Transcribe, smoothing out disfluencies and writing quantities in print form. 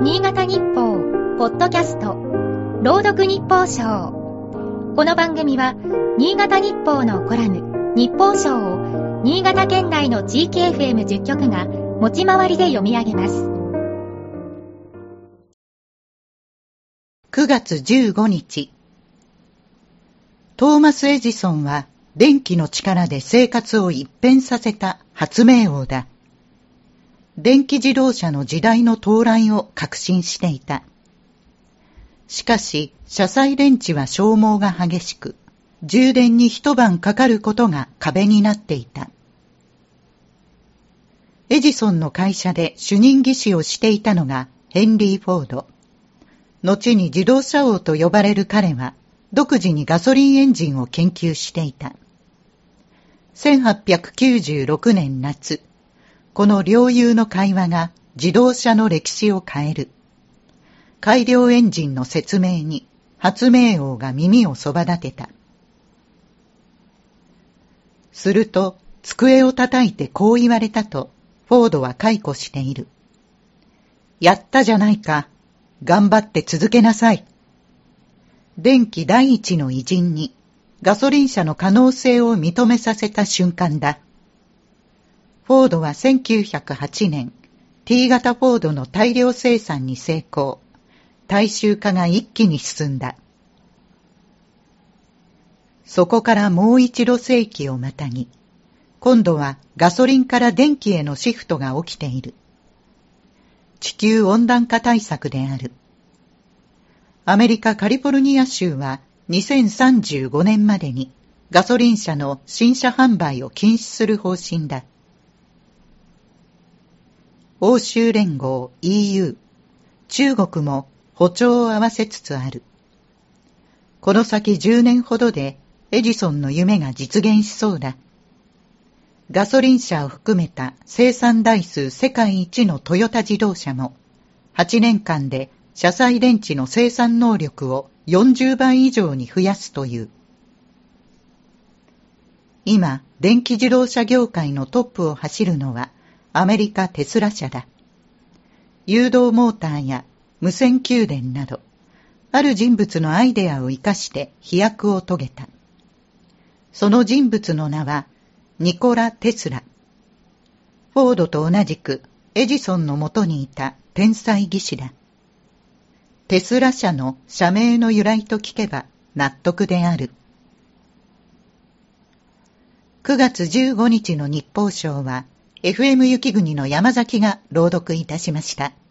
新潟日報ポッドキャスト朗読日報賞。この番組は新潟日報のコラム日報賞を新潟県内の地域 FM10 局が持ち回りで読み上げます。 9月15日、トーマス・エジソンは電気の力で生活を一変させた発明王だ。電気自動車の時代の到来を確信していた。しかし、車載電池は消耗が激しく、充電に一晩かかることが壁になっていた。エジソンの会社で主任技師をしていたのがヘンリー・フォード。後に自動車王と呼ばれる彼は、独自にガソリンエンジンを研究していた。1896年夏、この両雄の会話が自動車の歴史を変える。改良エンジンの説明に発明王が耳をそば立てた。すると机を叩いてこう言われたとフォードは回顧している。やったじゃないか。頑張って続けなさい。電気第一の偉人にガソリン車の可能性を認めさせた瞬間だ。フォードは1908年、T 型フォードの大量生産に成功。大衆化が一気に進んだ。そこからもう一度世紀をまたぎ、今度はガソリンから電気へのシフトが起きている。地球温暖化対策である。アメリカカリフォルニア州は2035年までにガソリン車の新車販売を禁止する方針だ。欧州連合 EU、中国も歩調を合わせつつある。この先10年ほどでエジソンの夢が実現しそうだ。ガソリン車を含めた生産台数世界一のトヨタ自動車も8年間で車載電池の生産能力を40倍以上に増やすという。今、電気自動車業界のトップを走るのはアメリカテスラ社だ。誘導モーターや無線給電など、ある人物のアイデアを生かして飛躍を遂げた。その人物の名はニコラ・テスラ。フォードと同じくエジソンのもとにいた天才技師だ。テスラ社の社名の由来と聞けば納得である。9月15日の日報賞は FM 雪国の山崎が朗読いたしました。